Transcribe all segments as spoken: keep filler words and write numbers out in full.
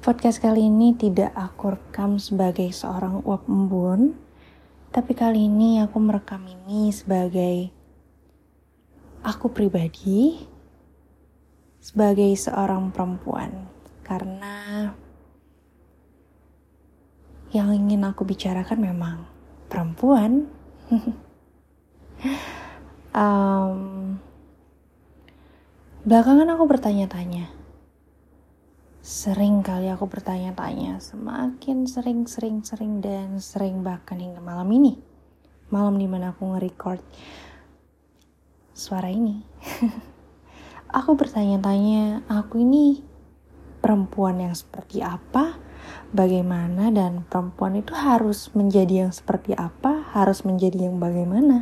Podcast kali ini tidak aku rekam sebagai seorang uap embun, tapi kali ini aku merekam ini sebagai aku pribadi, sebagai seorang perempuan. Karena yang ingin aku bicarakan memang perempuan. um, belakangan aku bertanya-tanya. Sering kali aku bertanya-tanya, semakin sering, sering, sering, dan sering bahkan hingga malam ini. Malam dimana aku nge-record suara ini. Aku bertanya-tanya, aku ini perempuan yang seperti apa, bagaimana, dan perempuan itu harus menjadi yang seperti apa, harus menjadi yang bagaimana.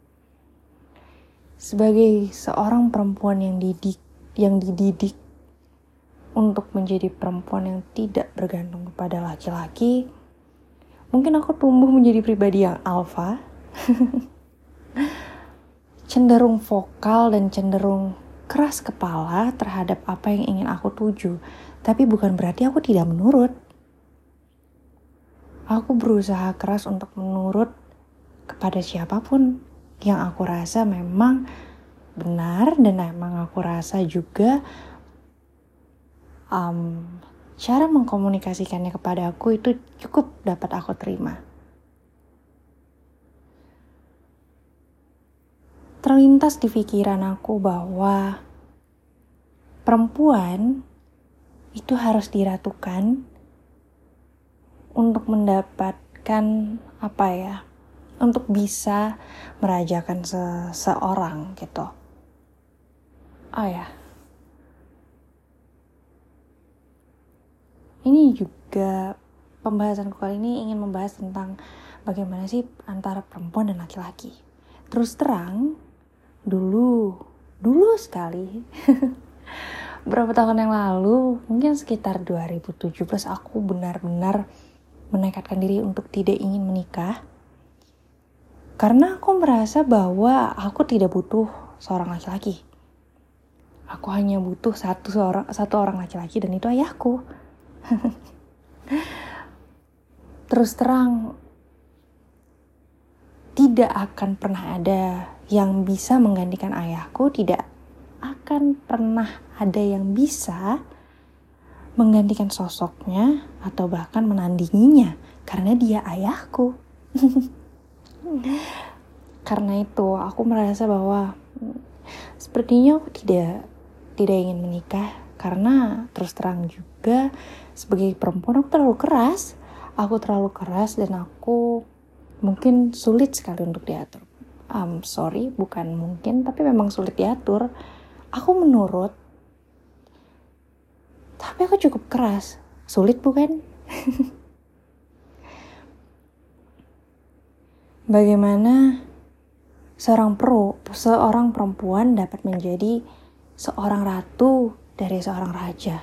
Sebagai seorang perempuan yang didik, yang dididik untuk menjadi perempuan yang tidak bergantung kepada laki-laki, mungkin aku tumbuh menjadi pribadi yang alfa, cenderung vokal dan cenderung keras kepala terhadap apa yang ingin aku tuju. Tapi bukan berarti aku tidak menurut. Aku berusaha keras untuk menurut kepada siapapun yang aku rasa memang benar, dan memang aku rasa juga Um, cara mengkomunikasikannya kepada aku itu cukup dapat aku terima. Terlintas di pikiran aku bahwa perempuan itu harus diratukan untuk mendapatkan apa ya, untuk bisa merajakan seseorang gitu. Oh ya. Ini juga pembahasanku kali ini ingin membahas tentang bagaimana sih antara perempuan dan laki-laki. Terus terang, dulu, dulu sekali, berapa tahun yang lalu, mungkin sekitar dua ribu tujuh belas, aku benar-benar menekadkan diri untuk tidak ingin menikah. Karena aku merasa bahwa aku tidak butuh seorang laki-laki. Aku hanya butuh satu, seorang, satu orang laki-laki, dan itu ayahku. Terus terang, tidak akan pernah ada yang bisa menggantikan ayahku, tidak akan pernah ada yang bisa menggantikan sosoknya atau bahkan menandinginya, karena dia ayahku. Karena itu aku merasa bahwa sepertinya aku tidak tidak ingin menikah, karena terus terang juga sebagai perempuan aku terlalu keras. Aku terlalu keras dan aku mungkin sulit sekali untuk diatur. Um, sorry, bukan mungkin, tapi memang sulit diatur. Aku menurut, tapi aku cukup keras. Sulit bukan? Bagaimana seorang pro, seorang perempuan dapat menjadi seorang ratu dari seorang raja?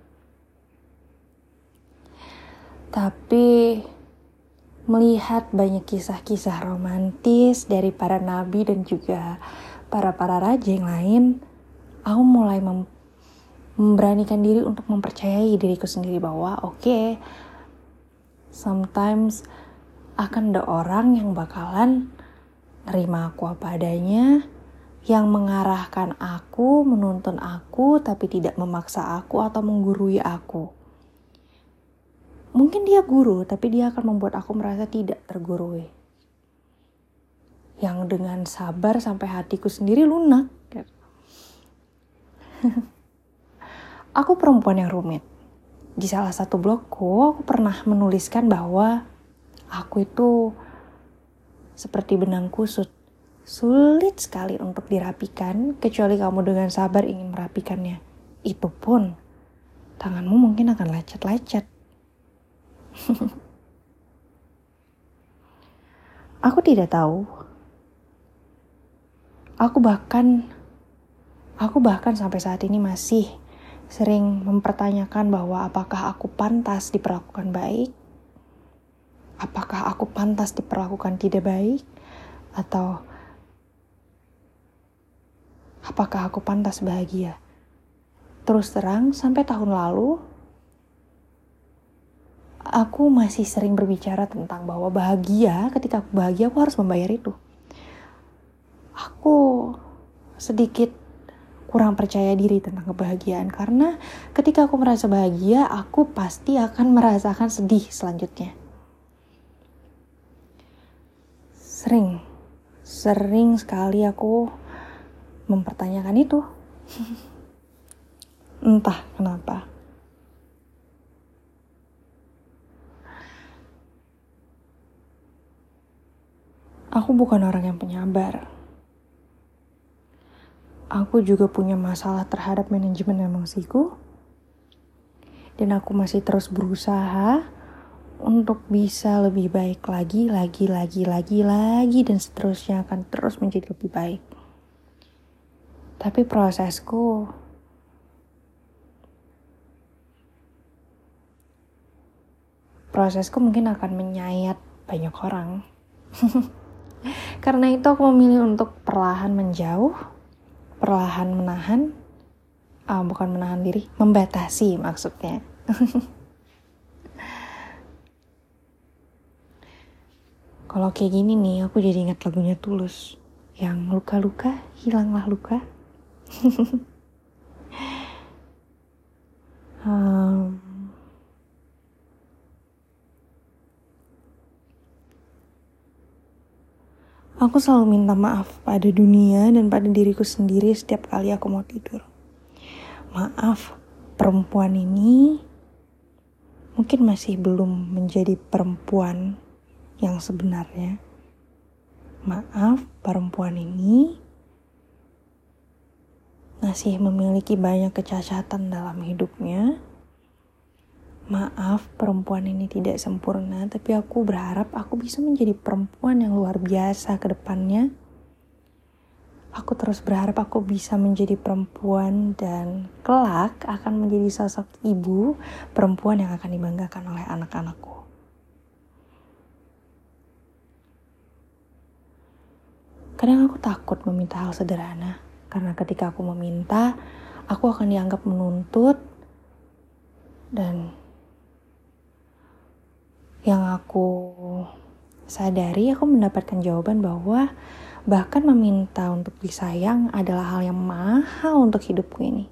Tapi melihat banyak kisah-kisah romantis dari para nabi dan juga para-para raja yang lain, aku mulai mem- memberanikan diri untuk mempercayai diriku sendiri bahwa oke, okay, sometimes akan ada orang yang bakalan nerima aku apa adanya, yang mengarahkan aku, menuntun aku, tapi tidak memaksa aku atau menggurui aku. Mungkin dia guru, tapi dia akan membuat aku merasa tidak tergurui. Yang dengan sabar sampai hatiku sendiri lunak. Aku perempuan yang rumit. Di salah satu blogku, aku pernah menuliskan bahwa aku itu seperti benang kusut. Sulit sekali untuk dirapikan, kecuali kamu dengan sabar ingin merapikannya. Itu pun, tanganmu mungkin akan lecet-lecet. Aku tidak tahu. Aku bahkan, aku bahkan sampai saat ini masih sering mempertanyakan bahwa apakah aku pantas diperlakukan baik, apakah aku pantas diperlakukan tidak baik, atau apakah aku pantas bahagia. Terus terang, sampai tahun lalu, aku masih sering berbicara tentang bahwa bahagia, ketika aku bahagia aku harus membayar itu. Aku sedikit kurang percaya diri tentang kebahagiaan, karena ketika aku merasa bahagia, aku pasti akan merasakan sedih selanjutnya. Sering, sering sekali aku mempertanyakan itu. Entah kenapa. Aku bukan orang yang penyabar. Aku juga punya masalah terhadap manajemen emosiku. Dan aku masih terus berusaha untuk bisa lebih baik lagi, lagi, lagi, lagi, lagi, dan seterusnya akan terus menjadi lebih baik. Tapi prosesku prosesku mungkin akan menyayat banyak orang. Karena itu aku memilih untuk perlahan menjauh, perlahan menahan, ah, bukan menahan diri, membatasi maksudnya. Kalau kayak gini nih, aku jadi ingat lagunya Tulus, yang luka-luka, hilanglah luka. um, Aku selalu minta maaf pada dunia dan pada diriku sendiri setiap kali aku mau tidur. Maaf, perempuan ini mungkin masih belum menjadi perempuan yang sebenarnya. Maaf, perempuan ini masih memiliki banyak kecacatan dalam hidupnya. Maaf, perempuan ini tidak sempurna, tapi aku berharap aku bisa menjadi perempuan yang luar biasa ke depannya. Aku terus berharap aku bisa menjadi perempuan dan kelak akan menjadi sosok ibu perempuan yang akan dibanggakan oleh anak-anakku. Kadang aku takut meminta hal sederhana, karena ketika aku meminta, aku akan dianggap menuntut, dan yang aku sadari, aku mendapatkan jawaban bahwa bahkan meminta untuk disayang adalah hal yang mahal untuk hidupku ini.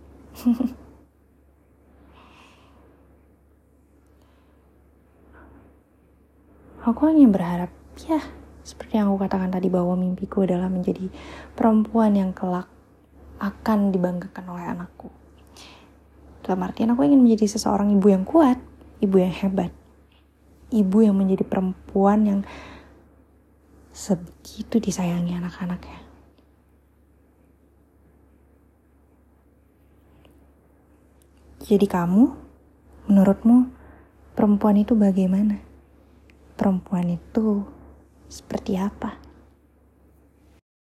Aku hanya berharap, ya, seperti yang aku katakan tadi, bahwa mimpiku adalah menjadi perempuan yang kelak akan dibanggakan oleh anakku. Dalam artian aku ingin menjadi seseorang ibu yang kuat, ibu yang hebat. Ibu yang menjadi perempuan yang sebegitu disayangi anak-anaknya. Jadi kamu, menurutmu, perempuan itu bagaimana? Perempuan itu seperti apa?